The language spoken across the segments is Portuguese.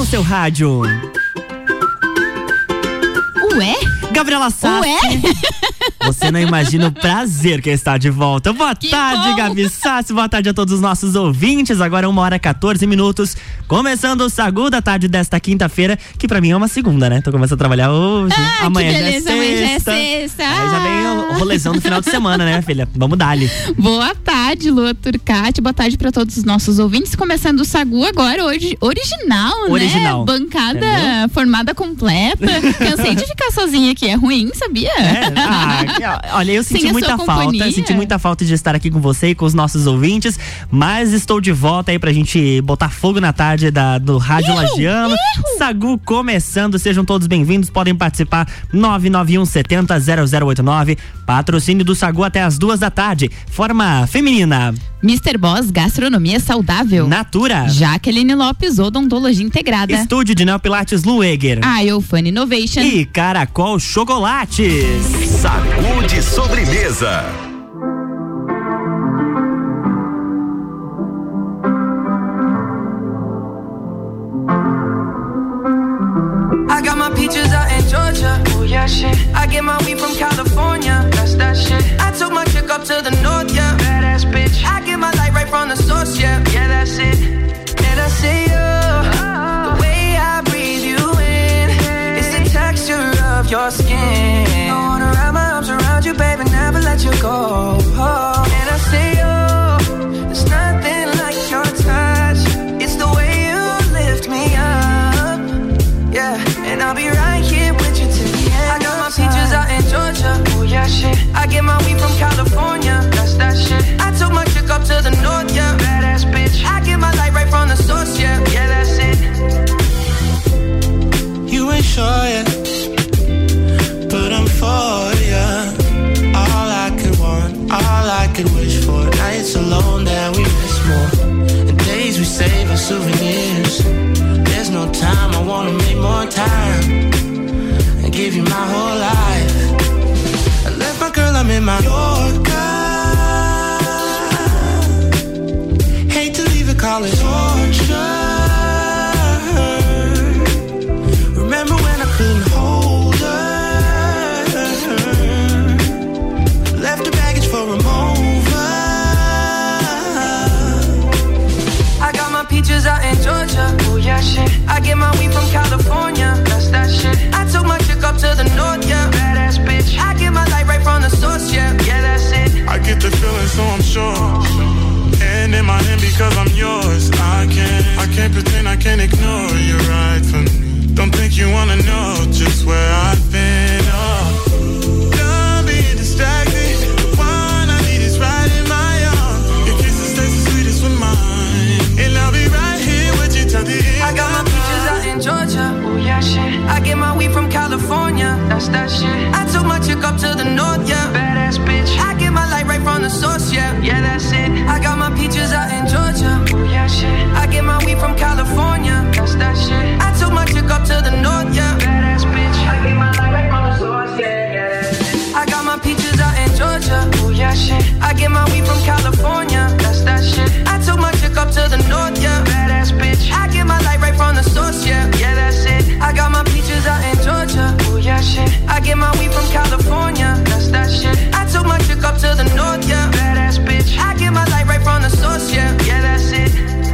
seu rádio. Ué? Gabriela Sassi. Ué? Você não imagina o prazer que está de volta. Boa tarde, Gabi Sassi. Boa tarde a todos os nossos ouvintes. Agora 1h14. Começando o Sagu da tarde desta quinta-feira, que pra mim é uma segunda, né? Tô começando a trabalhar hoje. Amanhã já é sexta. Amanhã já é sexta. Aí já vem o rolezão do final de semana, né, filha? Vamos dar-lhe. Boa tarde, Lua Turcati. Boa tarde pra todos os nossos ouvintes. Começando o Sagu agora, hoje, original, né? Bancada formada completa. Cansei de ficar sozinha aqui. É ruim, sabia? Olha, eu senti muita falta. Senti muita falta de estar aqui com você e com os nossos ouvintes. Mas estou de volta aí pra gente botar fogo na tarde do Rádio Lagiano. Sagu começando, sejam todos bem-vindos, podem participar 991 70 0089, patrocínio do Sagu até as 2 da tarde, forma feminina. Mr. Boss, gastronomia saudável. Natura. Jaqueline Lopes, odontologia integrada. Estúdio de Neopilates Lueger. Fun Innovation. E Caracol Chocolates. Sagu de sobremesa. I got my peaches out in Georgia. Oh yeah, shit. I get my weed from California. That's that shit. I took my chick up to the north, yeah. Badass bitch. I get my light right from the source, yeah. Yeah, that's it. And I say, the way I breathe you in, it's the texture of your skin. I wanna wrap my arms around you, baby, never let you go. And I say, there's nothing like your touch. It's the way you lift me up. Yeah, and I'll be right here with you till the end. I got my peaches out in Georgia. Oh yeah, shit. I get my weed from California. That's that shit. I took my chick up to the north, yeah. Badass bitch. I get my light right from the source, yeah. Yeah, that's it. You ain't sure yet, but I'm for ya. All I could want, all I could wish for. Nights alone that we miss more, and days we save as souvenirs. There's no time, I wanna make more time and give you my whole life. I left my girl, I'm in my Yorker. Hate to leave it, call it torture. Remember when I couldn't hold her? Left the baggage for a mover. I got my peaches out in Georgia. Oh yeah, shit. I get my weed from California. That's that shit. I took my chick up to the north, yeah. Badass bitch. I get my light right from the source, yeah. Yeah, that's it. I get the feeling, so I'm sure. And in my hand because I'm yours. I can't pretend, I can't ignore. You're right for me. Don't think you wanna know just where I've been. Done being distracted. The one I need is right in my arms. Your kisses taste the sweetest with mine. And I'll be right here with you till the end. I got my peaches out in Georgia. Oh yeah, shit. I get my weed from California. That's that shit. I took my chick up to the north, yeah. Badass bitch. I get my light right from the source, yeah. Yeah, that's it. I got my peaches out in Georgia. Oh yeah, shit. I get my weed from California. That's that shit. I took my chick up to the north, yeah. Badass bitch. I get my light right from the source, yeah. Yeah. I got my peaches out in Georgia. Oh yeah, shit. I get my weed from California. That's that shit. I took my chick up to the north, yeah. Badass bitch. I get my light right from the source, yeah. Yeah, that's it. I got my peaches out in Georgia. Oh yeah, shit. I get my weed from California. That's that shit. I took my chick up to the north, yeah. Badass bitch. I get my light right from the source, yeah. Yeah, that's it.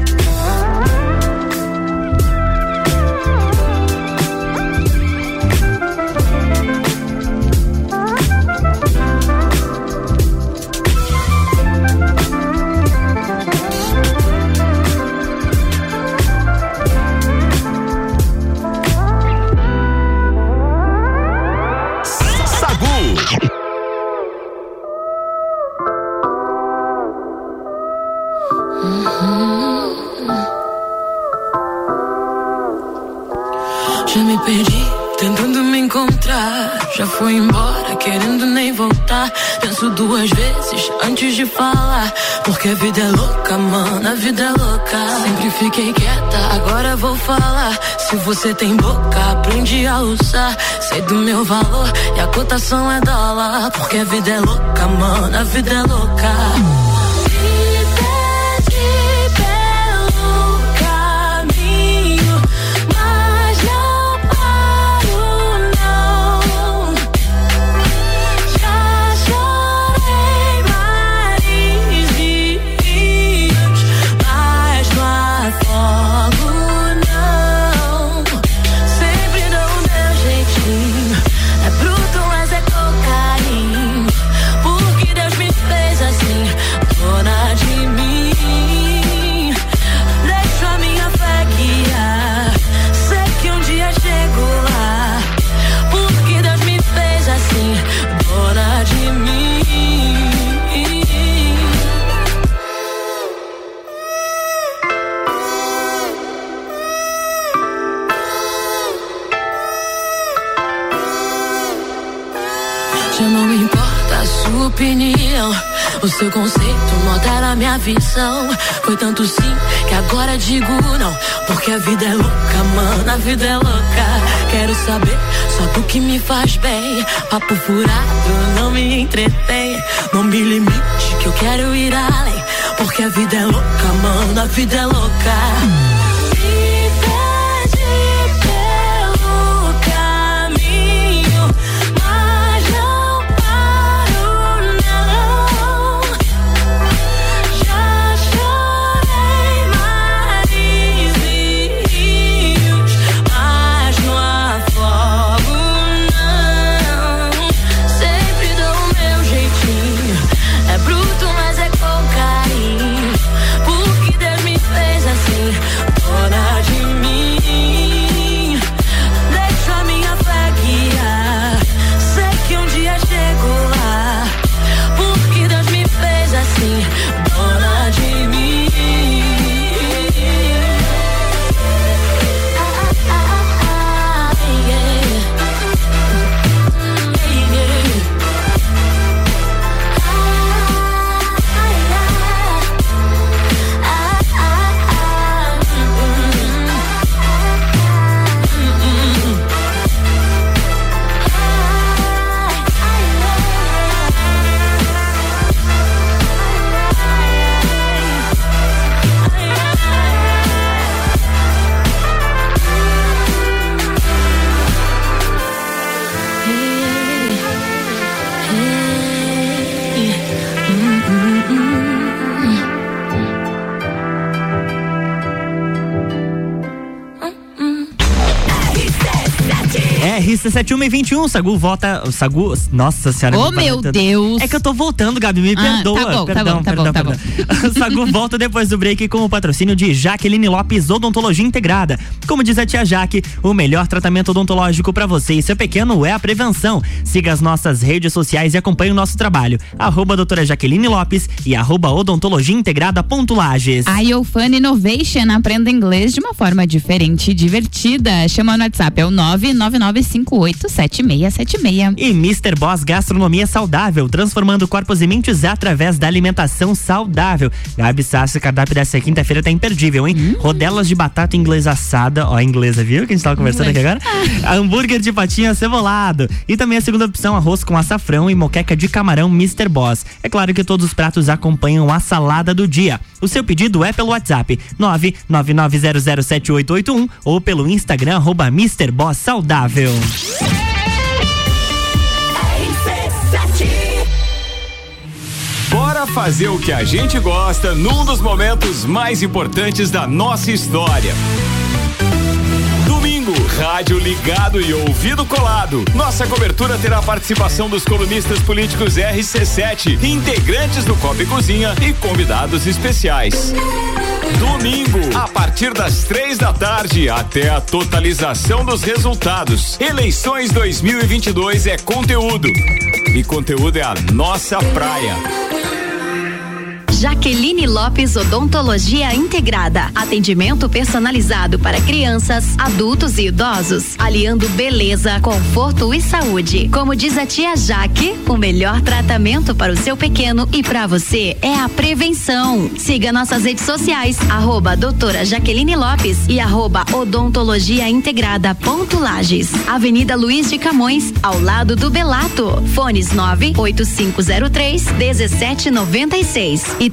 Já me perdi, tentando me encontrar. Já fui embora, querendo nem voltar. Penso duas vezes antes de falar. Porque a vida é louca, mano, a vida é louca. Sempre fiquei quieta, agora vou falar. Se você tem boca, aprende a usar. Sei do meu valor e a cotação é dólar. Porque a vida é louca, mano, a vida é louca. Pelo caminho, mas opinião. O seu conceito modela minha visão. Foi tanto sim que agora digo não. Porque a vida é louca, mano, a vida é louca. Quero saber só do que me faz bem. Papo furado, não me entretém. Não me limite que eu quero ir além. Porque a vida é louca, mano, a vida é louca. RC7121, Sagu volta. Sagu, nossa senhora. Oh, meu Deus. É que eu tô voltando, Gabi, me perdoa. Tá bom. Sagu volta depois do break com o patrocínio de Jaqueline Lopes Odontologia Integrada. Como diz a tia Jaque, o melhor tratamento odontológico pra você e seu pequeno é a prevenção. Siga as nossas redes sociais e acompanhe o nosso trabalho. @doutora Jaqueline Lopes e @odontologiaintegrada.lages. A IOFAN Innovation aprenda inglês de uma forma diferente e divertida. Chama no WhatsApp, é o 999587676. E Mr. Boss Gastronomia Saudável, transformando corpos e mentes através da alimentação saudável. Gabi Sassi, o cardápio dessa quinta-feira tá imperdível, hein? Rodelas de batata inglesa assada, ó, inglesa, viu? Que a gente tava conversando aqui agora. Hambúrguer de patinha cebolado. E também a segunda opção, arroz com açafrão e moqueca de camarão Mr. Boss. É claro que todos os pratos acompanham a salada do dia. O seu pedido é pelo WhatsApp 999007881 ou pelo Instagram @Mr. Boss Saudável. Bora fazer o que a gente gosta num dos momentos mais importantes da nossa história. Domingo, rádio ligado e ouvido colado. Nossa cobertura terá a participação dos colunistas políticos RC7, integrantes do Copa e Cozinha e convidados especiais. Domingo, a partir das 3 da tarde até a totalização dos resultados. Eleições 2022 é conteúdo. E conteúdo é a nossa praia. Jaqueline Lopes Odontologia Integrada. Atendimento personalizado para crianças, adultos e idosos, aliando beleza, conforto e saúde. Como diz a tia Jaque, o melhor tratamento para o seu pequeno e para você é a prevenção. Siga nossas redes sociais, @doutora Jaqueline Lopes e @odontologiaintegrada.lages. Avenida Luiz de Camões, ao lado do Belato. Fones 98503-1796 e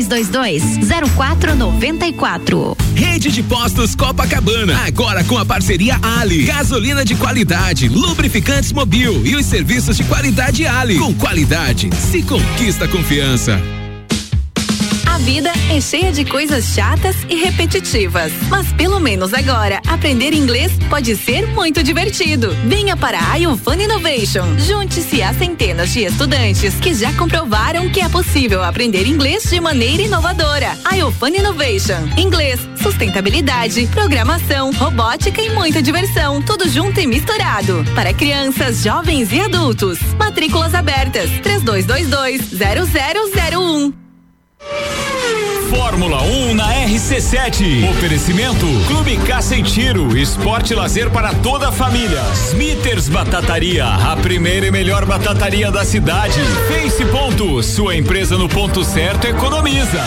3222-0494. Rede de Postos Copacabana, agora com a parceria Ali. Gasolina de qualidade, lubrificantes Mobil e os serviços de qualidade Ali. Com qualidade, se conquista confiança. A vida é cheia de coisas chatas e repetitivas, mas pelo menos agora, aprender inglês pode ser muito divertido. Venha para a IOFAN Innovation. Junte-se a centenas de estudantes que já comprovaram que é possível aprender inglês de maneira inovadora. IOFAN Innovation. Inglês, sustentabilidade, programação, robótica e muita diversão. Tudo junto e misturado. Para crianças, jovens e adultos. Matrículas abertas. 3222-0001. Fórmula 1 na RC7. Oferecimento Clube Caça e Tiro, esporte e lazer para toda a família. Smithers Batataria, a primeira e melhor batataria da cidade. Face Ponto, sua empresa no ponto certo economiza.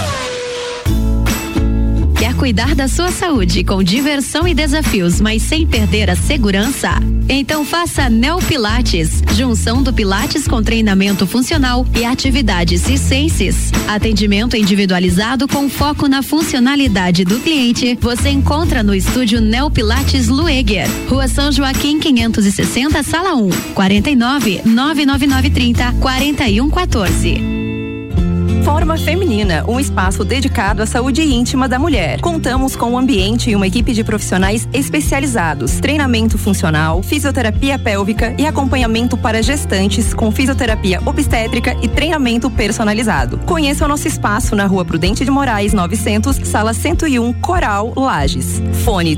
Quer cuidar da sua saúde com diversão e desafios, mas sem perder a segurança? Então faça Neo Pilates, junção do Pilates com treinamento funcional e atividades circenses. Atendimento individualizado com foco na funcionalidade do cliente. Você encontra no estúdio Neo Pilates Lueger, Rua São Joaquim 560, Sala 1, 49 99930 4114. Forma Feminina, um espaço dedicado à saúde íntima da mulher. Contamos com um ambiente e uma equipe de profissionais especializados, treinamento funcional, fisioterapia pélvica e acompanhamento para gestantes com fisioterapia obstétrica e treinamento personalizado. Conheça o nosso espaço na Rua Prudente de Moraes 900, Sala 101, Coral, Lages. Fone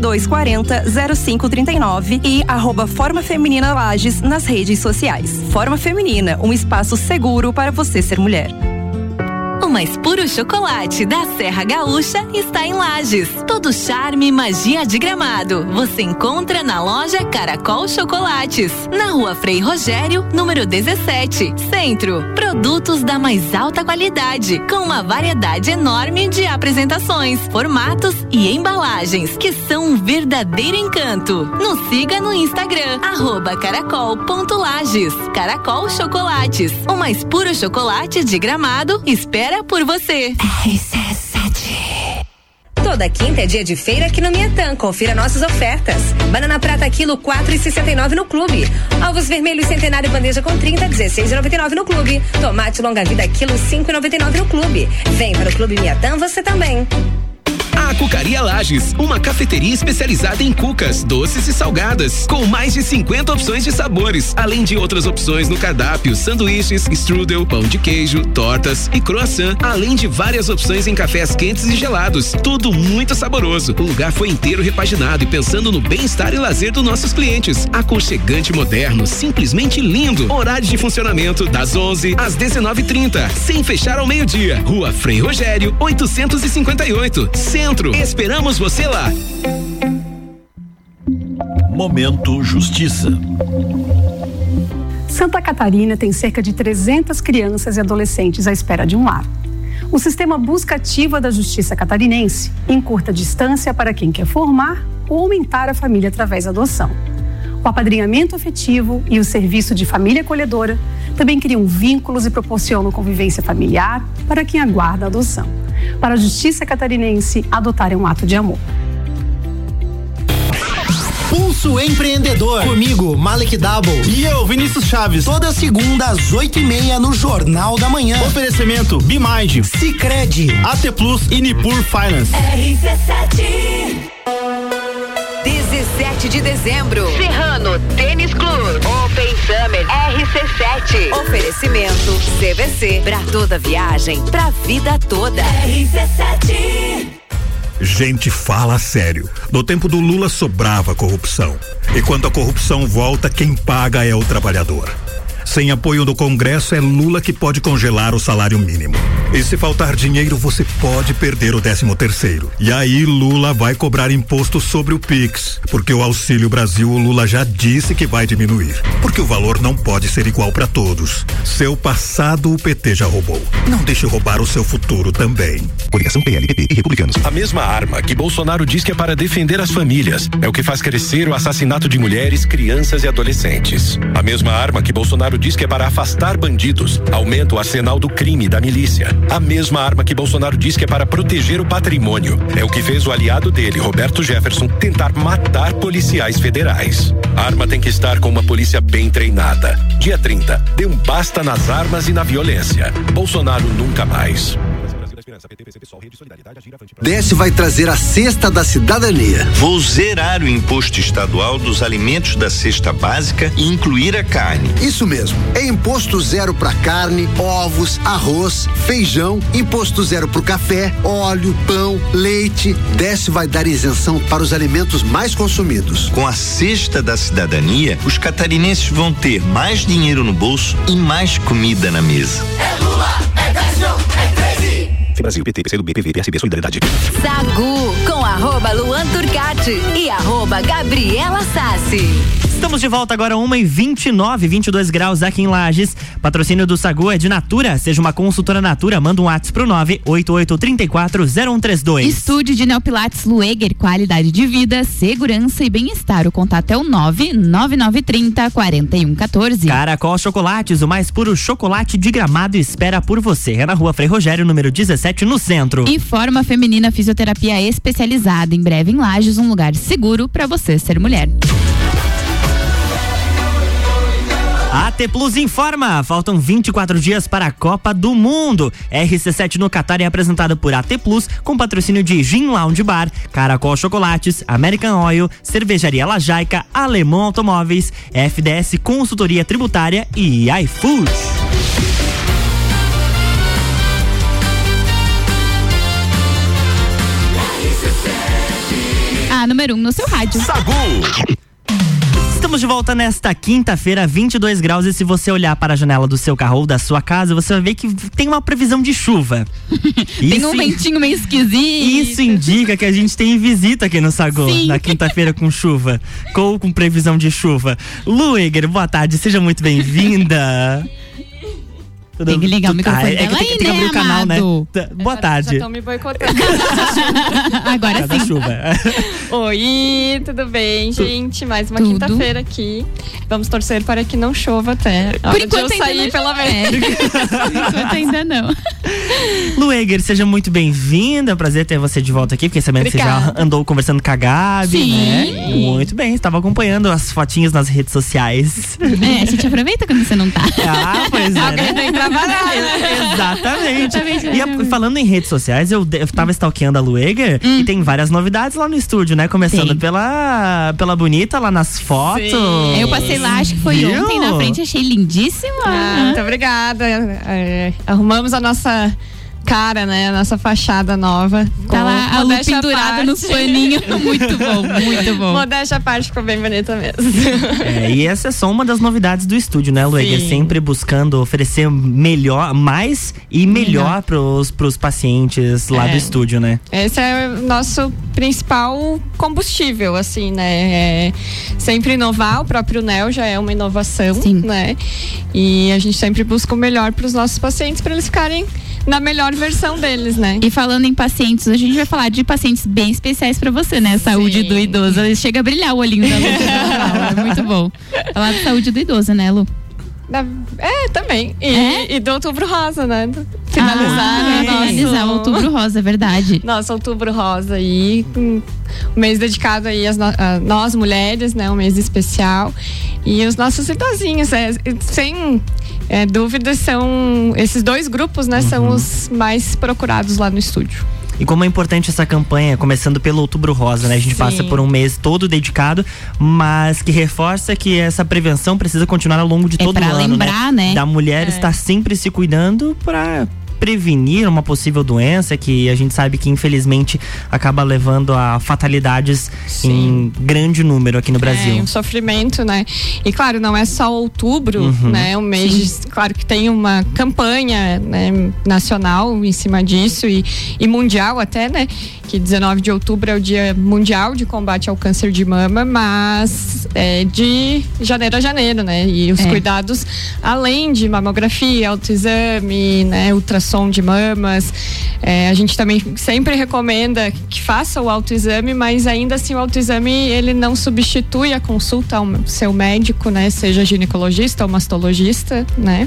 3240-0539 e @Forma Feminina Lages nas redes sociais. Forma Feminina, um espaço seguro para você ser mulher. O mais puro chocolate da Serra Gaúcha está em Lages. Todo charme e magia de Gramado você encontra na loja Caracol Chocolates, na Rua Frei Rogério, número 17, Centro. Produtos da mais alta qualidade, com uma variedade enorme de apresentações, formatos e embalagens que são um verdadeiro encanto. Nos siga no Instagram, @caracol.lages. Caracol Chocolates, o mais puro chocolate de Gramado espera por você. RC7. Toda quinta é dia de feira aqui no Miatã. Confira nossas ofertas. Banana prata quilo 4,69 no Clube. Ovos vermelhos centenário bandeja com 30, 16,99 no Clube. Tomate longa vida quilo 5,99 no Clube. Vem para o Clube Miatã você também. A Cucaria Lages, uma cafeteria especializada em cucas, doces e salgadas, com mais de 50 opções de sabores, além de outras opções no cardápio, sanduíches, strudel, pão de queijo, tortas e croissant, além de várias opções em cafés quentes e gelados, tudo muito saboroso. O lugar foi inteiro repaginado e pensando no bem-estar e lazer dos nossos clientes. Aconchegante, moderno, simplesmente lindo. Horário de funcionamento das 11 às 19h30, sem fechar ao meio-dia. Rua Frei Rogério, 858, Centro. Esperamos você lá. Momento Justiça. Santa Catarina tem cerca de 300 crianças e adolescentes à espera de um lar. O sistema Busca Ativa da Justiça Catarinense encurta a distância para quem quer formar ou aumentar a família através da adoção. O apadrinhamento afetivo e o serviço de família acolhedora também criam vínculos e proporcionam convivência familiar para quem aguarda a adoção. Para a Justiça Catarinense, adotar é um ato de amor. Pulso Empreendedor. Comigo, Malek Double. E eu, Vinícius Chaves. Toda segunda às 8h30 no Jornal da Manhã. Oferecimento Bimind, Sicredi, AT Plus e Nipur Finance. RC7. 17 de dezembro, Serrano Tênis Club, Open Summer RC7. Oferecimento CVC, pra toda viagem, pra vida toda. RC7. Gente, fala sério. No tempo do Lula sobrava corrupção. E quando a corrupção volta, quem paga é o trabalhador. Sem apoio do Congresso, é Lula que pode congelar o salário mínimo. E se faltar dinheiro, você pode perder o 13º. E aí Lula vai cobrar imposto sobre o Pix, porque o Auxílio Brasil, o Lula já disse que vai diminuir, porque o valor não pode ser igual para todos. Seu passado o PT já roubou. Não deixe roubar o seu futuro também. Coligação PL, PP e Republicanos. A mesma arma que Bolsonaro diz que é para defender as famílias é o que faz crescer o assassinato de mulheres, crianças e adolescentes. A mesma arma que Bolsonaro diz que é para afastar bandidos, aumenta o arsenal do crime e da milícia. A mesma arma que Bolsonaro diz que é para proteger o patrimônio é o que fez o aliado dele, Roberto Jefferson, tentar matar policiais federais. A arma tem que estar com uma polícia bem treinada. Dia 30, dê um basta nas armas e na violência. Bolsonaro nunca mais. Desce vai trazer a cesta da cidadania. Vou zerar o imposto estadual dos alimentos da cesta básica e incluir a carne. Isso mesmo, é imposto zero para carne, ovos, arroz, feijão, imposto zero para o café, óleo, pão, leite. Desce vai dar isenção para os alimentos mais consumidos. Com a cesta da cidadania, os catarinenses vão ter mais dinheiro no bolso e mais comida na mesa. É Lula, é Décio, é 13. Brasil, PT, PCdoB, PV, PSB, Solidariedade. Sagu com @Luan Turcati e @Gabriela Sassi. Estamos de volta agora 1h29, 22 graus aqui em Lages. Patrocínio do Sagu é de Natura. Seja uma consultora Natura, manda um WhatsApp pro 988340132. Estúdio de Neopilates Lueger, qualidade de vida, segurança e bem-estar. O contato é o 99930-4114. Caracol Chocolates, o mais puro chocolate de Gramado, espera por você. É na Rua Frei Rogério, número 17, no centro. E Forma Feminina Fisioterapia especializada. Em breve em Lages, um lugar seguro para você ser mulher. AT Plus informa, faltam 24 dias para a Copa do Mundo. RC7 no Catar é apresentado por AT Plus, com patrocínio de Gin Lounge Bar, Caracol Chocolates, American Oil, Cervejaria Lajaica, Alemão Automóveis, FDS Consultoria Tributária e iFood. A número 1 no seu rádio. Sagu. Estamos de volta nesta quinta-feira, 22 graus, e se você olhar para a janela do seu carro ou da sua casa, você vai ver que tem uma previsão de chuva. Tem um ventinho meio esquisito. Isso indica que a gente tem visita aqui no Sagu, na quinta-feira com chuva, com previsão de chuva. Lueger, boa tarde, seja muito bem-vinda. Tem que ligar o microfone dela tem que abrir o canal, né? Boa tarde. Já estão me boicotando. Agora sim. Chuva. Oi, tudo bem, gente? Mais uma quinta-feira aqui. Vamos torcer para que não chova até. Por enquanto eu sair pela vez. Por enquanto ainda não. Lueger, seja muito bem-vinda. Prazer ter você de volta aqui, porque sabendo que você já andou conversando com a Gabi, né? Muito bem, estava acompanhando as fotinhas nas redes sociais. A gente aproveita quando você não tá. Ah, pois é. Alguém tem que trabalhar, né? Exatamente. E falando em redes sociais, eu tava stalkeando a Lueger e tem várias novidades lá no estúdio, né? Começando pela Bonita lá nas fotos. Eu passei lá, acho que foi ontem na frente, achei lindíssima. Muito obrigada. Arrumamos a nossa cara, né? A nossa fachada nova. Tá lá a Lu pendurada no paninho. Muito bom, muito bom. Modéstia à parte, ficou bem bonita mesmo. E essa é só uma das novidades do estúdio, né, Lueger? Sempre buscando oferecer mais e melhor pros pacientes lá do estúdio, né? Esse é o nosso principal combustível, assim, né? Sempre inovar, o próprio NEO já é uma inovação, né? E a gente sempre busca o melhor pros nossos pacientes, para eles ficarem na melhor versão deles, né? E falando em pacientes, a gente vai falar de pacientes bem especiais pra você, né? Saúde do idoso. Chega a brilhar o olhinho da Lu. É muito bom. Falar de saúde do idoso, né, Lu? Também. E do Outubro Rosa, né? Finalizar o Outubro Rosa, é verdade. Nosso Outubro Rosa aí, um mês dedicado aí a nós mulheres, né? Um mês especial. E os nossos idosinhos, sem dúvida, são esses dois grupos, né? São os mais procurados lá no estúdio. E como é importante essa campanha, começando pelo Outubro Rosa, né? A gente passa por um mês todo dedicado, mas que reforça que essa prevenção precisa continuar ao longo de todo o ano, lembrar, né? Da mulher estar sempre se cuidando para prevenir uma possível doença que a gente sabe que infelizmente acaba levando a fatalidades em grande número aqui no Brasil. Um sofrimento, né? E claro, não é só outubro, né? Um mês, claro que tem uma campanha, né, nacional em cima disso e mundial até, né? Que 19 de outubro é o Dia Mundial de Combate ao Câncer de Mama, mas é de janeiro a janeiro, né? E os cuidados, além de mamografia, autoexame, né? Ultrassom de mamas, a gente também sempre recomenda que faça o autoexame, mas ainda assim o autoexame, ele não substitui a consulta ao seu médico, né? Seja ginecologista ou mastologista, né?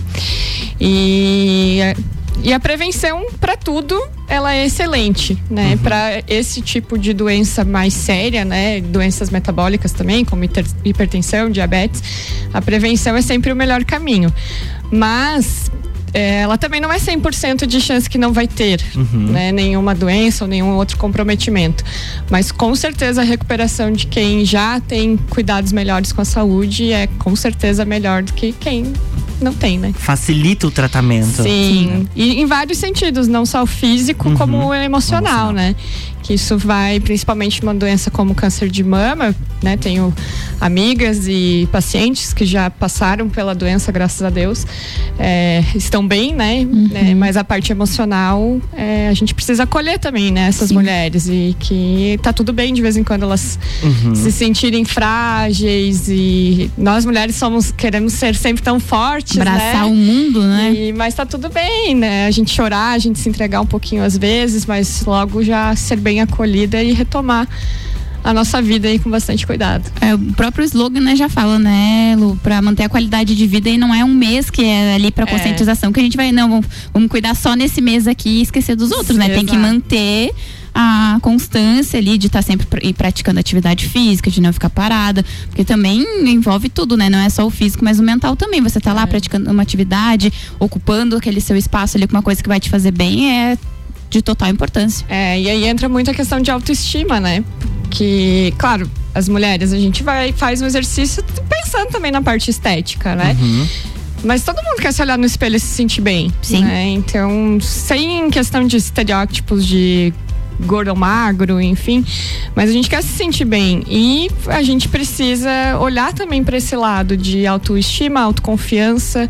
E a prevenção para tudo, ela é excelente, né? Para esse tipo de doença mais séria, né? Doenças metabólicas também, como hipertensão, diabetes, a prevenção é sempre o melhor caminho. Mas ela também não é 100% de chance que não vai ter, né? Nenhuma doença ou nenhum outro comprometimento. Mas com certeza a recuperação de quem já tem cuidados melhores com a saúde é com certeza melhor do que quem não tem, né? Facilita o tratamento. Sim. E em vários sentidos, não só o físico, como o emocional, né? que isso vai, principalmente uma doença como câncer de mama, né? Tenho amigas e pacientes que já passaram pela doença, graças a Deus, estão bem, né? Mas a parte emocional, a gente precisa acolher também, né? Essas mulheres, e que tá tudo bem de vez em quando elas se sentirem frágeis, e nós mulheres queremos ser sempre tão fortes, abraçar o mundo, né? Mas tá tudo bem, né? A gente chorar, a gente se entregar um pouquinho às vezes, mas logo já ser bem acolhida e retomar a nossa vida aí com bastante cuidado. O próprio slogan, né, já fala, né, Lu, pra manter a qualidade de vida, e não é um mês que é ali pra conscientização que a gente vai, vamos cuidar só nesse mês aqui e esquecer dos outros, né? Tem que manter a constância ali de estar sempre praticando atividade física, de não ficar parada, porque também envolve tudo, né? Não é só o físico, mas o mental também. Você tá lá praticando uma atividade, ocupando aquele seu espaço ali com uma coisa que vai te fazer bem, de total importância. E aí entra muito a questão de autoestima, né? Que, claro, as mulheres, a gente faz um exercício pensando também na parte estética, né? Mas todo mundo quer se olhar no espelho e se sentir bem. Sim. Né? Então, sem questão de estereótipos de gordo ou magro, enfim, mas a gente quer se sentir bem, e a gente precisa olhar também para esse lado de autoestima, autoconfiança,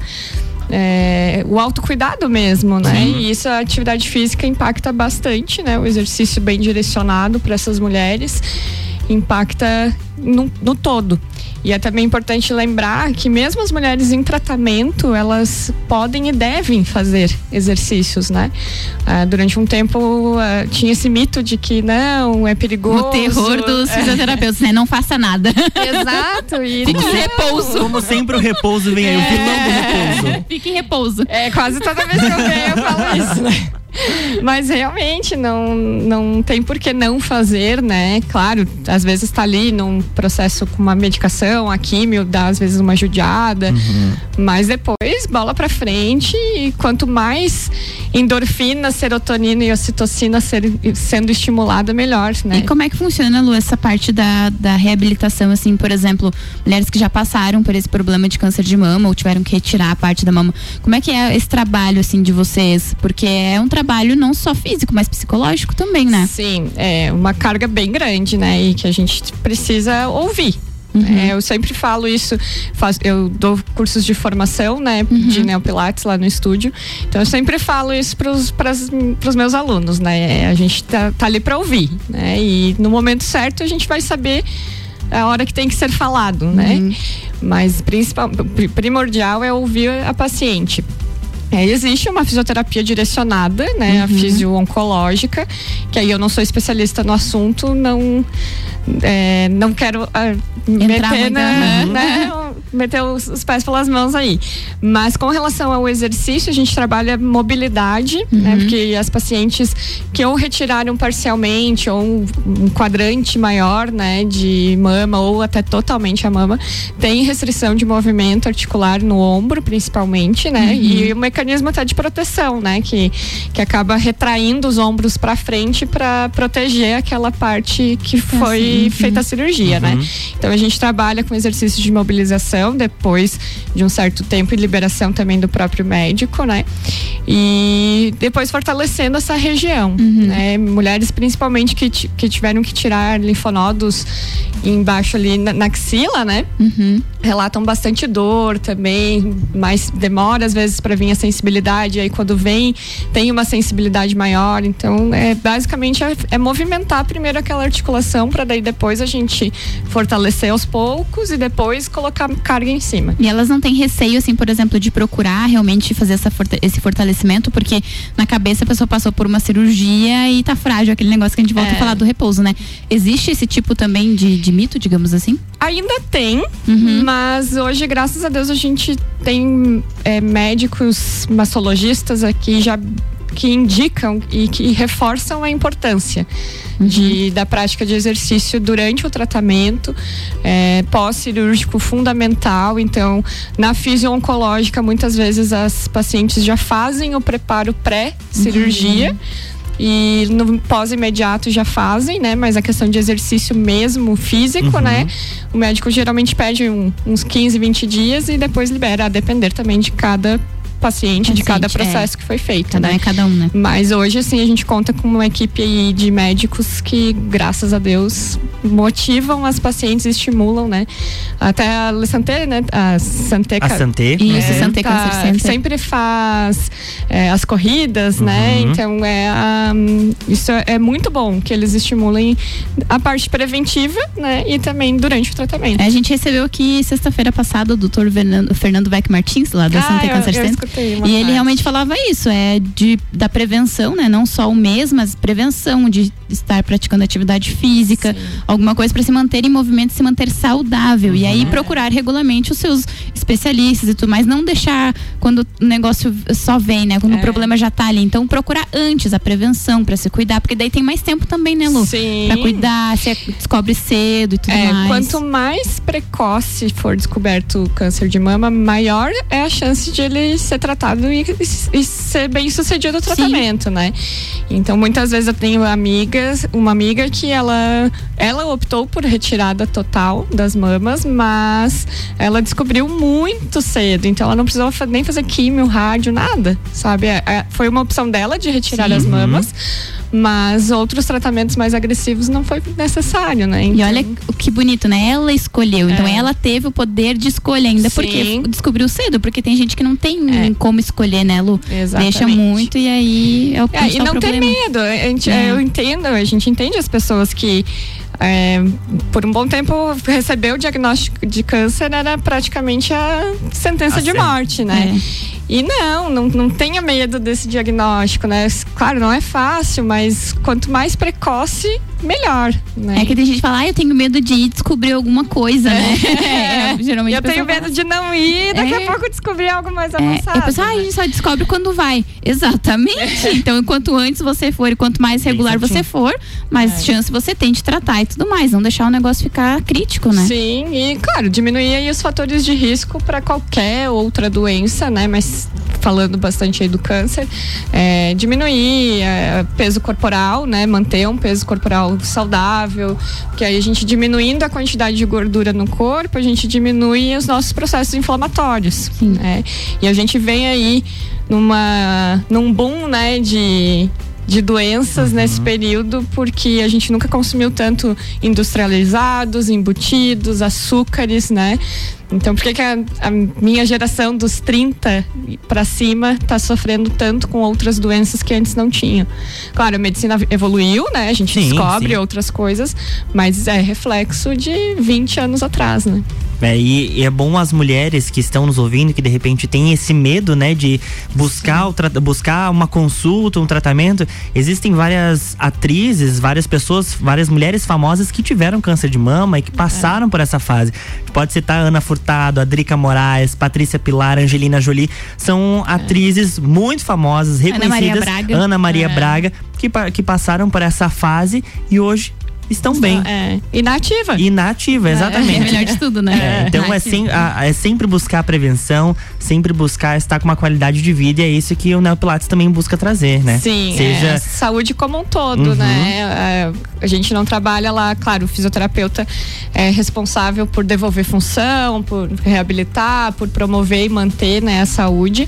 o autocuidado mesmo, né? Sim. E isso, a atividade física impacta bastante, né? O exercício bem direcionado para essas mulheres impacta no todo. E é também importante lembrar que mesmo as mulheres em tratamento, elas podem e devem fazer exercícios, né? Durante um tempo tinha esse mito de que não, é perigoso. O terror dos fisioterapeutas, né? Não faça nada. Exato. E fique em repouso. Como sempre o repouso vem aí, o vilão do repouso. Fique em repouso. Quase toda vez que eu venho eu falo isso, né? Mas realmente não tem por que não fazer, né? Claro, às vezes tá ali num processo com uma medicação, a químio dá às vezes uma judiada, mas depois bola pra frente, e quanto mais endorfina, serotonina e ocitocina sendo estimulada, melhor, né? E como é que funciona, Lu, essa parte da reabilitação, assim, por exemplo, mulheres que já passaram por esse problema de câncer de mama ou tiveram que retirar a parte da mama, como é que é esse trabalho, assim, de vocês? Porque é um trabalho não só físico, mas psicológico também, né? Sim, é uma carga bem grande, né? E que a gente precisa ouvir. Eu sempre falo isso, eu dou cursos de formação, né, de neopilates lá no estúdio, então eu sempre falo isso pros meus alunos, né? A gente tá ali para ouvir, né? E no momento certo a gente vai saber a hora que tem que ser falado, né? Mas primordial é ouvir a paciente. Existe uma fisioterapia direcionada, né? A fisio-oncológica, que aí eu não sou especialista no assunto, não quero meter os pés pelas mãos aí. Mas com relação ao exercício, a gente trabalha mobilidade, né? Porque as pacientes que ou retiraram parcialmente ou um quadrante maior, né, de mama ou até totalmente a mama, tem restrição de movimento articular no ombro, principalmente, né? E o mecanismo até de proteção, né? Que acaba retraindo os ombros para frente para proteger aquela parte que foi feita a cirurgia, né? Então a gente trabalha com exercícios de mobilização depois de um certo tempo e liberação também do próprio médico, né? E depois fortalecendo essa região, né? Mulheres principalmente que tiveram que tirar linfonodos embaixo ali na axila, né? Relatam bastante dor também, mas demora às vezes para vir a sensibilidade, aí quando vem tem uma sensibilidade maior, então basicamente é movimentar primeiro aquela articulação para daí depois a gente fortalecer aos poucos e depois colocar carga em cima. E elas não têm receio, assim, por exemplo, de procurar realmente fazer esse fortalecimento, porque na cabeça a pessoa passou por uma cirurgia e tá frágil, aquele negócio que a gente volta a falar do repouso, né? Existe esse tipo também de mito, digamos assim? Ainda tem, mas hoje, graças a Deus, a gente tem médicos mastologistas aqui já que indicam e que reforçam a importância da prática de exercício durante o tratamento pós-cirúrgico, fundamental. Então, na fisio-oncológica, muitas vezes as pacientes já fazem o preparo pré-cirurgia e no pós-imediato já fazem, né? Mas a questão de exercício mesmo físico, né? O médico geralmente pede uns 15, 20 dias e depois libera, a depender também de cada paciente, de cada processo que foi feito, né? Cada um, né? Mas hoje, assim, a gente conta com uma equipe aí de médicos que, graças a Deus, motivam as pacientes e estimulam, né? Até a Santé, né? A Santé. Isso, Santé Câncer Center. Sempre faz as corridas, né? Então, isso é muito bom que eles estimulem a parte preventiva, né? E também durante o tratamento. A gente recebeu aqui sexta-feira passada o Dr. Fernando Beck Martins, lá da Santé Câncer Center. E ele realmente falava isso, da prevenção, né? Não só o mês, mas prevenção de estar praticando atividade física, alguma coisa para se manter em movimento, se manter saudável. E aí procurar regularmente os seus especialistas e tudo mais, não deixar quando o negócio só vem, né? Quando o problema já tá ali. Então procurar antes a prevenção para se cuidar, porque daí tem mais tempo também, né, Lu? Sim. Pra cuidar, se descobre cedo e tudo mais. Quanto mais precoce for descoberto o câncer de mama, maior é a chance de ele ser tratado e ser bem sucedido o tratamento, né? Então muitas vezes eu tenho uma amiga que ela optou por retirada total das mamas, mas ela descobriu muito cedo, então ela não precisou nem fazer químio, rádio, nada, sabe? Foi uma opção dela de retirar as mamas, mas outros tratamentos mais agressivos não foi necessário, né? Então... E olha que bonito, né? Ela escolheu, então ela teve o poder de escolha ainda, porque descobriu cedo, porque tem gente que não tem como escolher, né, Lu? Exatamente. Deixa muito e aí é o e não ter medo, a gente entende as pessoas que por um bom tempo recebeu o diagnóstico de câncer, era praticamente a sentença de morte, né? E não tenha medo desse diagnóstico, né? Claro, não é fácil, mas quanto mais precoce, melhor, né? É que tem gente que fala, eu tenho medo de ir descobrir alguma coisa, né? Geralmente eu tenho medo de não ir, daqui a pouco descobrir algo mais avançado. A pessoa, a gente só descobre quando vai. Exatamente. Então, quanto antes você for e quanto mais regular você for, mais chance você tem de tratar e tudo mais. Não deixar o negócio ficar crítico, né? Sim, e claro, diminuir aí os fatores de risco para qualquer outra doença, né? Mas falando bastante aí do câncer, diminuir peso corporal, né? Manter um peso corporal saudável, porque aí a gente diminuindo a quantidade de gordura no corpo, a gente diminui os nossos processos inflamatórios, né? E a gente vem aí num boom, né, de doenças nesse período, porque a gente nunca consumiu tanto industrializados, embutidos, açúcares, né? Então, por que a minha geração dos 30 para cima tá sofrendo tanto com outras doenças que antes não tinham? Claro, a medicina evoluiu, né? A gente descobre outras coisas, mas é reflexo de 20 anos atrás, né? E é bom as mulheres que estão nos ouvindo, que de repente têm esse medo, né, de buscar uma consulta, um tratamento. Existem várias atrizes, várias pessoas, várias mulheres famosas que tiveram câncer de mama e que passaram por essa fase. Pode citar Ana Furtado, a Drica Moraes, Patrícia Pilar, Angelina Jolie. São atrizes muito famosas, reconhecidas. Ana Maria Braga, que passaram por essa fase e hoje estão bem. Inativa, exatamente. É melhor de tudo, né? Então é sempre buscar a prevenção, sempre buscar estar com uma qualidade de vida, e é isso que o Neopilates também busca trazer, né? Sim, saúde como um todo, né? A gente não trabalha lá, claro, o fisioterapeuta é responsável por devolver função, por reabilitar, por promover e manter, né, a saúde,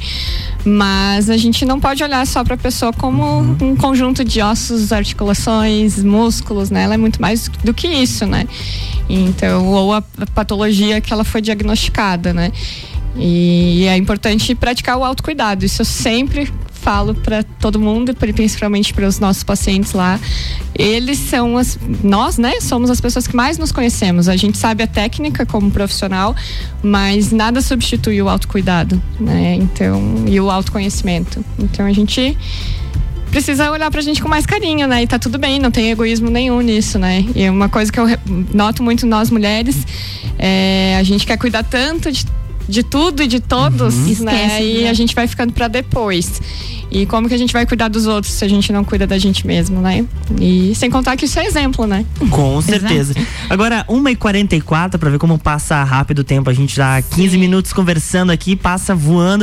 mas a gente não pode olhar só para a pessoa como um conjunto de ossos, articulações, músculos, né? Ela é muito mais do que isso, né? Então, ou a patologia que ela foi diagnosticada, né? E é importante praticar o autocuidado. Isso eu sempre falo para todo mundo, principalmente para os nossos pacientes lá. Eles são nós, né? Somos as pessoas que mais nos conhecemos. A gente sabe a técnica como profissional, mas nada substitui o autocuidado, né? Então, e o autoconhecimento. Então, a gente precisa olhar pra gente com mais carinho, né? E tá tudo bem, não tem egoísmo nenhum nisso, né? E uma coisa que eu noto muito nós mulheres, a gente quer cuidar tanto de tudo e de todos, né? Esquece, e a gente vai ficando pra depois. E como que a gente vai cuidar dos outros se a gente não cuida da gente mesmo, né? E sem contar que isso é exemplo, né? Com certeza. Agora, 1h44, pra ver como passa rápido o tempo. A gente já há 15 minutos conversando aqui, passa voando.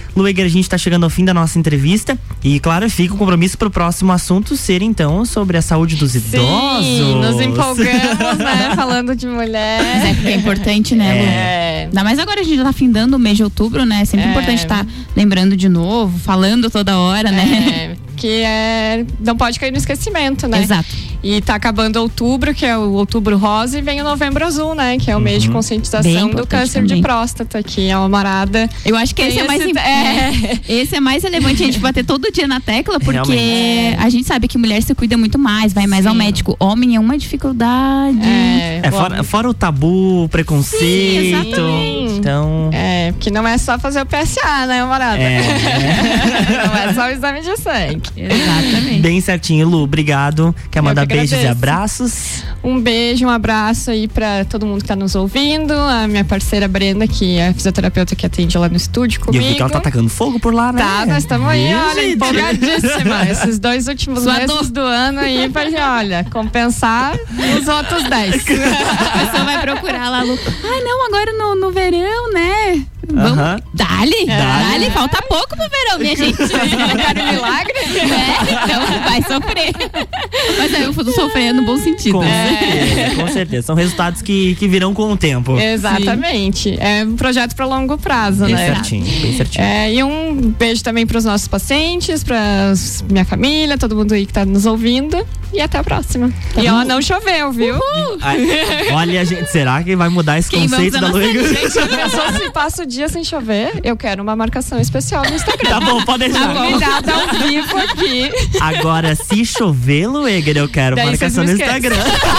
Lueger, a gente tá chegando ao fim da nossa entrevista e, claro, fica o compromisso pro próximo assunto ser, então, sobre a saúde dos idosos. Sim, nos empolgamos, né? Falando de mulher. Mas é porque é importante, né, Lu? Ainda mais agora a gente já tá findando o mês de outubro, né? É sempre importante estar lembrando de novo, falando toda hora, né? Que não pode cair no esquecimento, né? Exato. E tá acabando outubro, que é o outubro rosa, e vem o novembro azul, né? Que é o mês de conscientização do câncer de próstata, que é uma marada. Eu acho que esse é mais esse é mais relevante a gente bater todo dia na tecla, porque a gente sabe que mulher se cuida muito mais, vai mais ao médico. Homem é uma dificuldade. Fora o tabu, o preconceito. Sim, exatamente. Então. Porque não é só fazer o PSA, né, marada? Não é só o exame de sangue. Exatamente. Bem certinho, Lu. Obrigado. Quer mandar beijos e abraços? Um beijo, um abraço aí pra todo mundo que tá nos ouvindo. A minha parceira Brenda, que é a fisioterapeuta que atende lá no estúdio comigo. E eu vi que ela tá atacando fogo por lá, né? Tá, nós estamos aí, olha, empolgadíssima. Esses 2 últimos meses do ano aí pra, olha, compensar os outros 10. A pessoa vai procurar lá, Lu. Ai, não, agora no verão, né? Vamos. Dali, falta pouco pro verão, minha gente. Quero um milagre? Então vai sofrer. Mas aí eu tô sofrendo no bom sentido. Com certeza. São resultados que virão com o tempo. Exatamente. É um projeto para longo prazo, bem né? Bem certinho. E um beijo também pros nossos pacientes, pra minha família, todo mundo aí que tá nos ouvindo. E até a próxima. E ó, não choveu, viu? Olha, gente, será que vai mudar esse conceito da Lueger? Gente, já pensou se passa o dia sem chover? Eu quero uma marcação especial no Instagram. Tá bom, pode deixar. Convidada ao vivo aqui. Agora, se chover, Lueger, eu quero marcação no Instagram.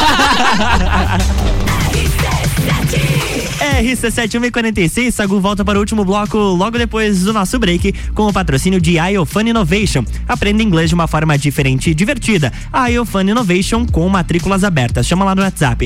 RC7 146, Sagu volta para o último bloco logo depois do nosso break com o patrocínio de iOfun Innovation. Aprenda inglês de uma forma diferente e divertida. A iOfun Innovation com matrículas abertas. Chama lá no WhatsApp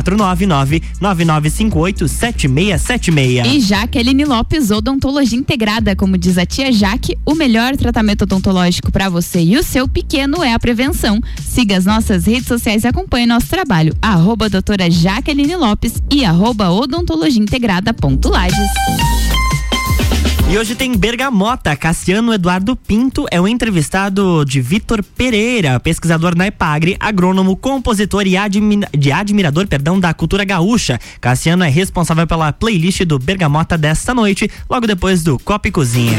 499-9958-7676. E Jaqueline Lopes, odontologia integrada. Como diz a tia Jaque, o melhor tratamento odontológico para você e o seu pequeno é a prevenção. Siga as nossas redes sociais e acompanhe nosso trabalho. @doutora Jaqueline Lopes e @odontologiaintegrada.lages. E hoje tem Bergamota. Cassiano Eduardo Pinto é o entrevistado de Vitor Pereira, pesquisador na EPAGRE, agrônomo, compositor e admirador da cultura gaúcha. Cassiano é responsável pela playlist do Bergamota desta noite, logo depois do Copa e Cozinha.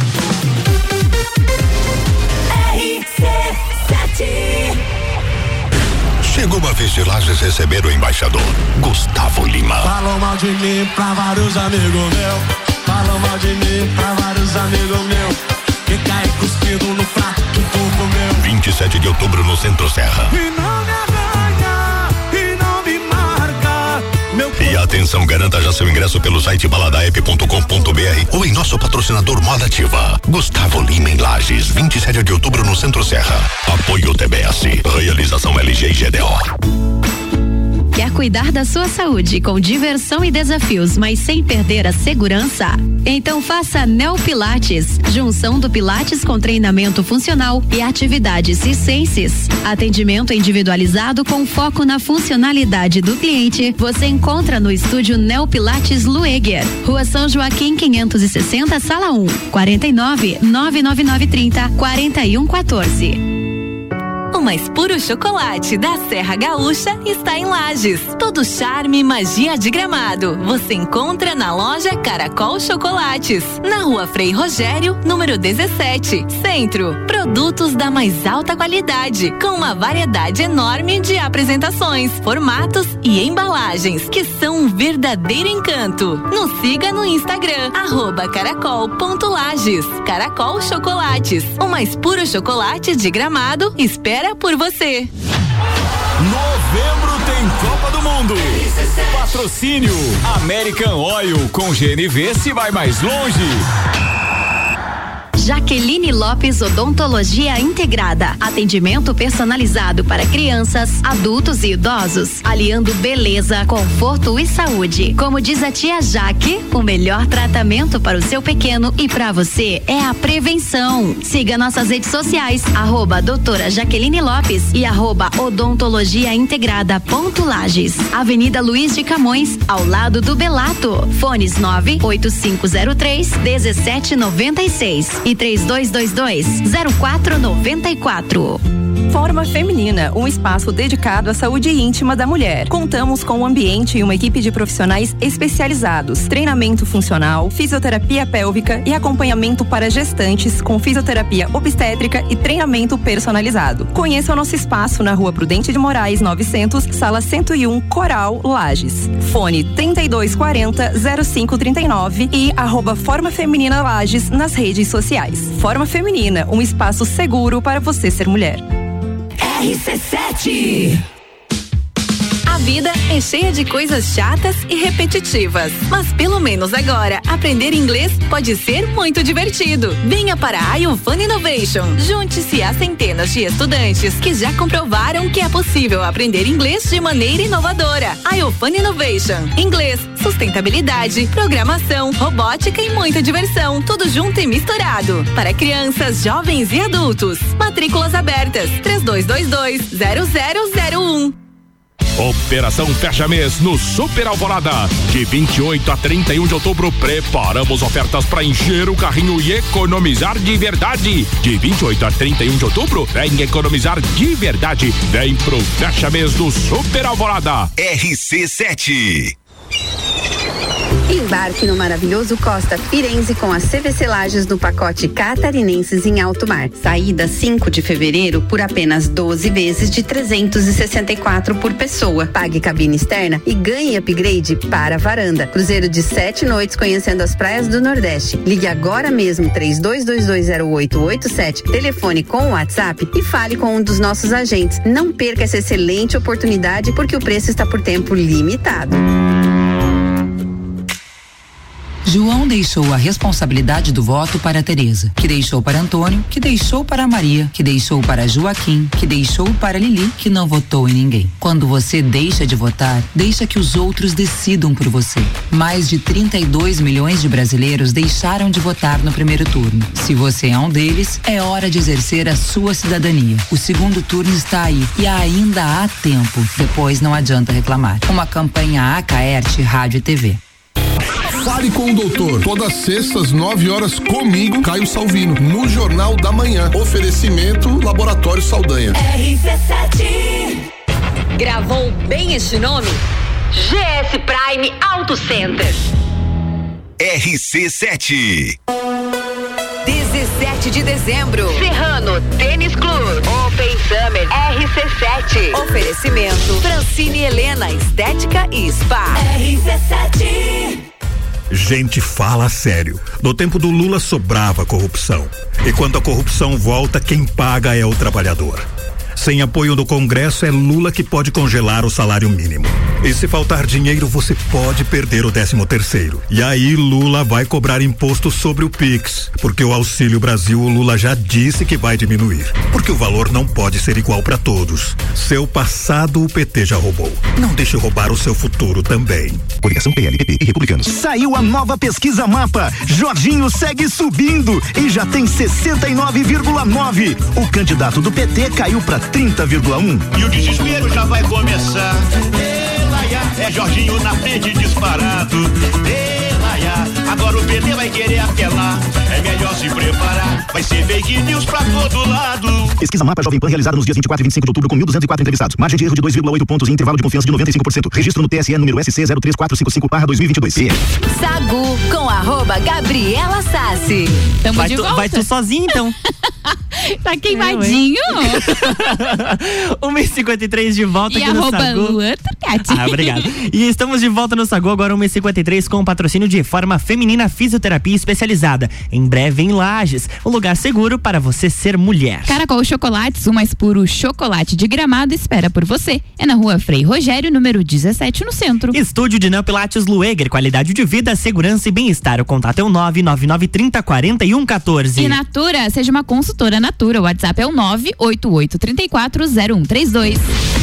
Chegou uma vez de Lages receber o embaixador Gustavo Lima. Falam mal de mim pra vários amigos meus. Falam mal de mim pra vários amigos meus. Que cai cuspido no prato que tu comeu. 27 de outubro no Centro Serra. E não me arranha, e não me marca. E atenção, garanta já seu ingresso pelo site baladaep.com.br ou em nosso patrocinador Moda Ativa. Gustavo Lima em Lages, 27 de outubro no Centro Serra. Apoio TBS. Realização LG e GDO. Quer cuidar da sua saúde com diversão e desafios, mas sem perder a segurança? Então faça Neo Pilates, junção do Pilates com treinamento funcional e atividades circenses. Atendimento individualizado com foco na funcionalidade do cliente. Você encontra no estúdio Neo Pilates Lueger, Rua São Joaquim 560, Sala 1, 49-99930-4114. O mais puro chocolate da Serra Gaúcha está em Lages. Todo charme e magia de Gramado você encontra na loja Caracol Chocolates, na Rua Frei Rogério, número 17, Centro. Produtos da mais alta qualidade, com uma variedade enorme de apresentações, formatos e embalagens, que são um verdadeiro encanto. Nos siga no Instagram, @caracol.lages. Caracol Chocolates, o mais puro chocolate de Gramado, espera por você. Novembro tem Copa do Mundo. Patrocínio American Oil, com GNV se vai mais longe. Jaqueline Lopes Odontologia Integrada. Atendimento personalizado para crianças, adultos e idosos, aliando beleza, conforto e saúde. Como diz a tia Jaque, o melhor tratamento para o seu pequeno e para você é a prevenção. Siga nossas redes sociais, @doutora Jaqueline Lopes e @odontologiaintegrada.lages. Avenida Luiz de Camões, ao lado do Belato. Fones 98503-1796 e 3222-0494. Forma Feminina, um espaço dedicado à saúde íntima da mulher. Contamos com um ambiente e uma equipe de profissionais especializados, treinamento funcional, fisioterapia pélvica e acompanhamento para gestantes com fisioterapia obstétrica e treinamento personalizado. Conheça o nosso espaço na Rua Prudente de Moraes 900, sala 101, Coral, Lages. Fone 3240-0539 e @Forma Feminina Lages nas redes sociais. Forma Feminina, um espaço seguro para você ser mulher. RC7. A vida é cheia de coisas chatas e repetitivas, mas pelo menos agora aprender inglês pode ser muito divertido. Venha para a iFun Innovation. Junte-se a centenas de estudantes que já comprovaram que é possível aprender inglês de maneira inovadora. iFun Innovation. Inglês, sustentabilidade, programação, robótica e muita diversão. Tudo junto e misturado. Para crianças, jovens e adultos. Matrículas abertas. 3222-0001. Operação Fecha Mês no Super Alvorada. De 28 a 31 de outubro, preparamos ofertas para encher o carrinho e economizar de verdade. De 28 a 31 de outubro, vem economizar de verdade. Vem pro Fecha Mês do Super Alvorada. RC7. Embarque no maravilhoso Costa Firenze com a CVC Lages no pacote Catarinenses em Alto Mar. Saída 5 de fevereiro por apenas 12 vezes de 364 por pessoa. Pague cabine externa e ganhe upgrade para a varanda. Cruzeiro de 7 noites conhecendo as praias do Nordeste. Ligue agora mesmo 32220887, telefone com o WhatsApp e fale com um dos nossos agentes. Não perca essa excelente oportunidade porque o preço está por tempo limitado. João deixou a responsabilidade do voto para Tereza, que deixou para Antônio, que deixou para Maria, que deixou para Joaquim, que deixou para Lili, que não votou em ninguém. Quando você deixa de votar, deixa que os outros decidam por você. Mais de 32 milhões de brasileiros deixaram de votar no primeiro turno. Se você é um deles, é hora de exercer a sua cidadania. O segundo turno está aí e ainda há tempo. Depois não adianta reclamar. Uma campanha Acaerte Rádio e TV. Fale com o doutor, todas sextas, 9 horas, comigo, Caio Salvino, no Jornal da Manhã. Oferecimento Laboratório Saldanha. RC7. Gravou bem este nome? GS Prime Auto Center. RC7. 17 de dezembro, Serrano Tênis Club, Open Summer RC7. Oferecimento Francine Helena Estética e Spa. RC7. Gente fala sério. No tempo do Lula sobrava corrupção. E quando a corrupção volta, quem paga é o trabalhador. Sem apoio do Congresso, é Lula que pode congelar o salário mínimo. E se faltar dinheiro, você pode perder o 13º. E aí Lula vai cobrar imposto sobre o Pix, porque o Auxílio Brasil o Lula já disse que vai diminuir, porque o valor não pode ser igual para todos. Seu passado o PT já roubou. Não deixe roubar o seu futuro também. Coligação PL, PP e Republicanos. Saiu a nova pesquisa Mapa. Jorginho segue subindo e já tem 69,9. O candidato do PT caiu para 30,1. E o desespero já vai começar. É Jorginho na frente disparado. Agora o PT vai querer apelar. É melhor se preparar. Vai ser fake news pra todo lado. Pesquisa Mapa Jovem Pan realizada nos dias 24 e 25 de outubro com 1.204 entrevistados. Margem de erro de 2,8 pontos e intervalo de confiança de 95%. Registro no TSE número SC 03455/2022. Sagu com @Gabriela Sassi. Tamo de volta. Vai tu sozinho então. Tá queimadinho. 1h53 de volta e aqui no Sagu. Ah, obrigado. E estamos de volta no Sagu agora 1h53 com o patrocínio de Forma Feminina. Feminina Fisioterapia Especializada. Em breve em Lages, um lugar seguro para você ser mulher. Caracol Chocolates, o mais puro chocolate de Gramado, espera por você. É na Rua Frei Rogério, número 17, no centro. Estúdio de Pilates Lueger, qualidade de vida, segurança e bem-estar. O contato é o 999304114. E Natura, seja uma consultora Natura. O WhatsApp é o 988340132.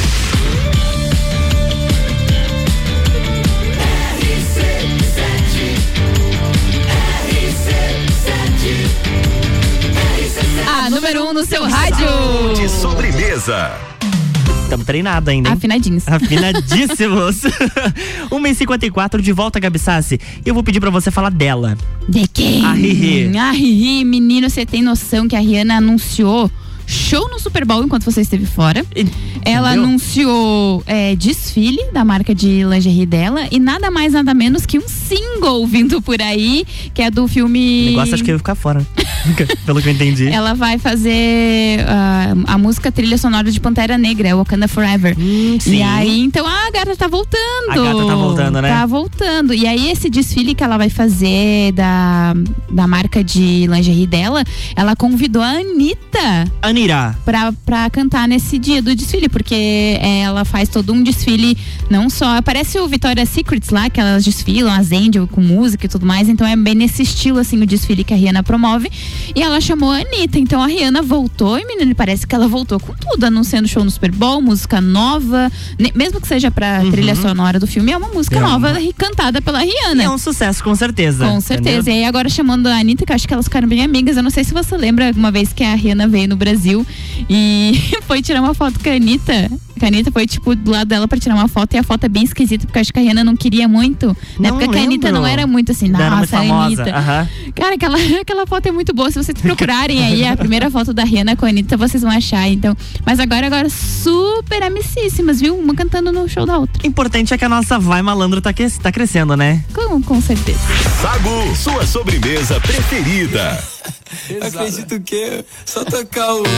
A número 1 no seu rádio. De sobremesa. Estamos treinados ainda, hein? Afinadinhos. Afinadíssimos. 1h54, de volta, Gabi Sassi. E eu vou pedir pra você falar dela. De quem? A Riri. A Riri, menino, você tem noção que a Rihanna anunciou show no Super Bowl enquanto você esteve fora. Ela anunciou desfile da marca de lingerie dela e nada mais, nada menos que um single vindo por aí, que é do filme... O negócio acho que eu ia ficar fora, pelo que eu entendi. Ela vai fazer a música trilha sonora de Pantera Negra, Wakanda Forever. Sim. E aí, então, a gata tá voltando. A gata tá voltando, né? Tá voltando. E aí, esse desfile que ela vai fazer da marca de lingerie dela, ela convidou a Anitta pra cantar nesse dia do desfile, porque ela faz todo um desfile, não só, parece o Victoria's Secrets lá, que elas desfilam, as Angel com música e tudo mais, então é bem nesse estilo, assim, o desfile que a Rihanna promove, e ela chamou a Anitta, então a Rihanna voltou, e menino, parece que ela voltou com tudo, anunciando show no Super Bowl, música nova, mesmo que seja pra trilha sonora do filme, é uma música nova e cantada pela Rihanna. E é um sucesso, com certeza. Com certeza, entendeu? E aí agora chamando a Anitta, que eu acho que elas ficaram bem amigas, eu não sei se você lembra uma vez que a Rihanna veio no Brasil e foi tirar uma foto com a Anitta. A Anitta foi, tipo, do lado dela pra tirar uma foto, e a foto é bem esquisita, porque eu acho que a Rihanna não queria muito. Na época que a Anitta não era muito assim, nossa, muito famosa. Anitta. Cara, aquela foto é muito boa. Se vocês procurarem aí a primeira foto da Rihanna com a Anitta, vocês vão achar, então. Mas agora super amicíssimas, viu? Uma cantando no show da outra. Importante é que a nossa Vai Malandro tá crescendo, né? Com certeza. Sagu, sua sobremesa preferida. Acredito que só tocar o...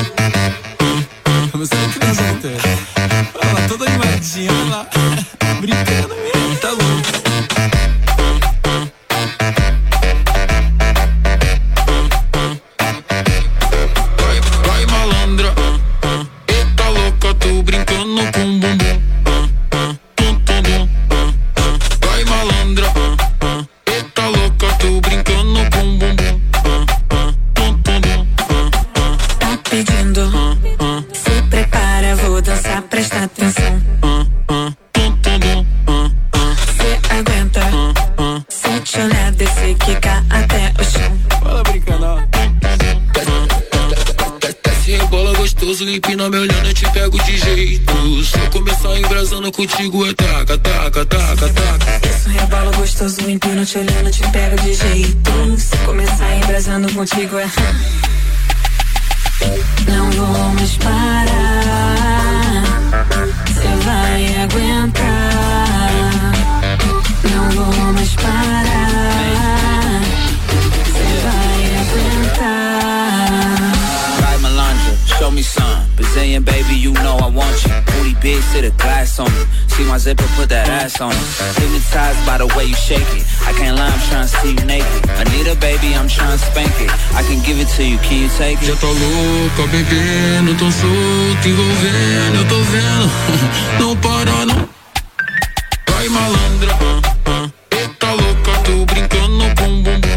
Você não acredita? Olha lá, toda animadinha, olha lá. Brincando mesmo, tá louco. Vai malandra, eita louca, tô brincando com bumbum. Vai malandra, eita louca, tô brincando com bumbum. Tá pedindo, se prepara, vou dançar, presta atenção. Cê aguenta, se te olhar, descer, quicar até o chão. Fala brincando, ó. Desce, rebola gostoso, empina me olhando, eu te pego de jeito. Se eu começar embrasando contigo, é taca, taca, taca, taca. Desce, rebola gostoso, empina te olhando, eu te pego de jeito. Se eu começar embrasando contigo, é... Não vou mais parar, cê vai aguentar. Não vou mais parar, cê vai aguentar. Right, Melandra, show me some. Brazilian baby, you know I want you. Booty big, sit a glass on me. See my zipper, put that ass on it. Hypnotized by the way you shake it. I can't lie, I'm trying to see you naked. Anita, baby, I'm trying to spank it. I can give it to you, can you take it? Já tô louca, bebendo, tô solto, envolvendo, eu tô vendo. Não para, não. Vai, malandra, eita louca, tô brincando com bumbum.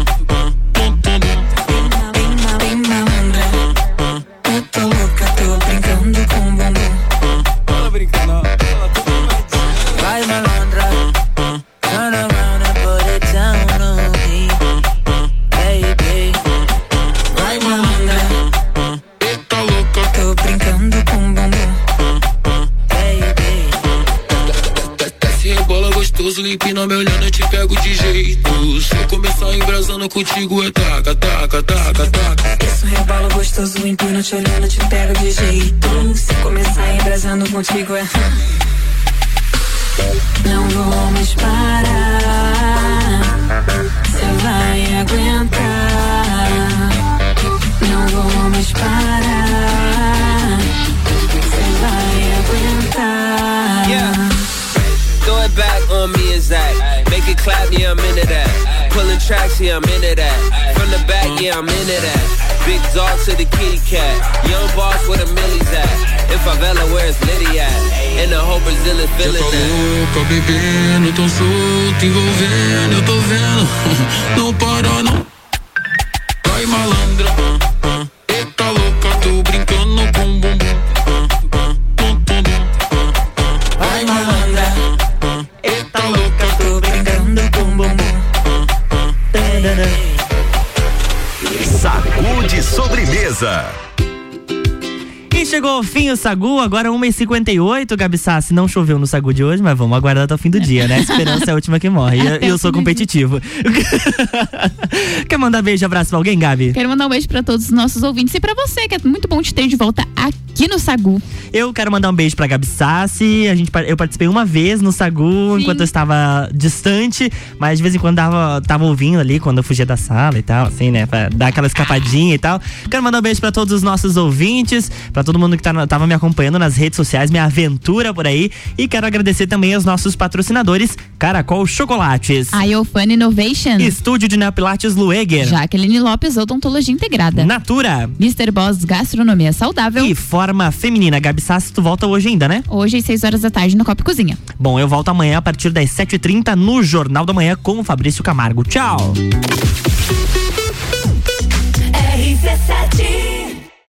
Bem malandra, eita louca, tô brincando com bumbum. Fala brincando, Vai, malandra, turn around and put it down on me, baby. vai, malandra, eita louca, tô brincando com bumbum. Baby. Desce, rebola gostoso, empina me olhando, eu te pego de jeito. Se eu começar embrasando contigo, é taca, taca, taca, taca. Desce, rebola gostoso, empina te olhando, te pego de jeito. Se começar embrasando contigo é... Não vou mais parar, cê vai aguentar. Não vou mais parar, cê vai aguentar. Yeah. Throw it back on me, is that? Make it clap, yeah, I'm into that. Pulling tracks, yeah, I'm into that. From the back, yeah, I'm into that. Big dog to the kitty cat. Young boss where the millies at. If favela, where it's Liddy at. And the whole Brazil is feeling that. Louca, bebendo, tão solto, envolvendo, eu tô vendo. Não para, não. Vai malandra, eita louca, tô brincando com bumbum. Vai malandra, eita louca, tô brincando com bumbum. Sacude sobremesa. E chegou ao fim o Sagu, agora 1h58, Gabi Sassi. Não choveu no Sagu de hoje, mas vamos aguardar até o fim do dia, né? A esperança é a última que morre. E eu sou competitivo. Quer mandar beijo e abraço pra alguém, Gabi? Quero mandar um beijo pra todos os nossos ouvintes e pra você, que é muito bom te ter de volta aqui no Sagu. Eu quero mandar um beijo pra Gabi Sassi. Eu participei uma vez no Sagu, sim, enquanto eu estava distante, mas de vez em quando tava ouvindo ali, quando eu fugia da sala e tal, assim, né? Pra dar aquela escapadinha e tal. Quero mandar um beijo pra todos os nossos ouvintes, pra todo mundo que tava me acompanhando nas redes sociais, minha aventura por aí. E quero agradecer também aos nossos patrocinadores: Caracol Chocolates, Iofan Innovation, Estúdio de Neopilates Lueger, Jaqueline Lopes Odontologia Integrada, Natura, Mr. Boss Gastronomia Saudável e Forma Feminina. Gabi Sassi, tu volta hoje ainda, né? Hoje às 6 horas da tarde no Copa e Cozinha. Bom, eu volto amanhã a partir das 7h30 no Jornal da Manhã com o Fabrício Camargo. Tchau! RC7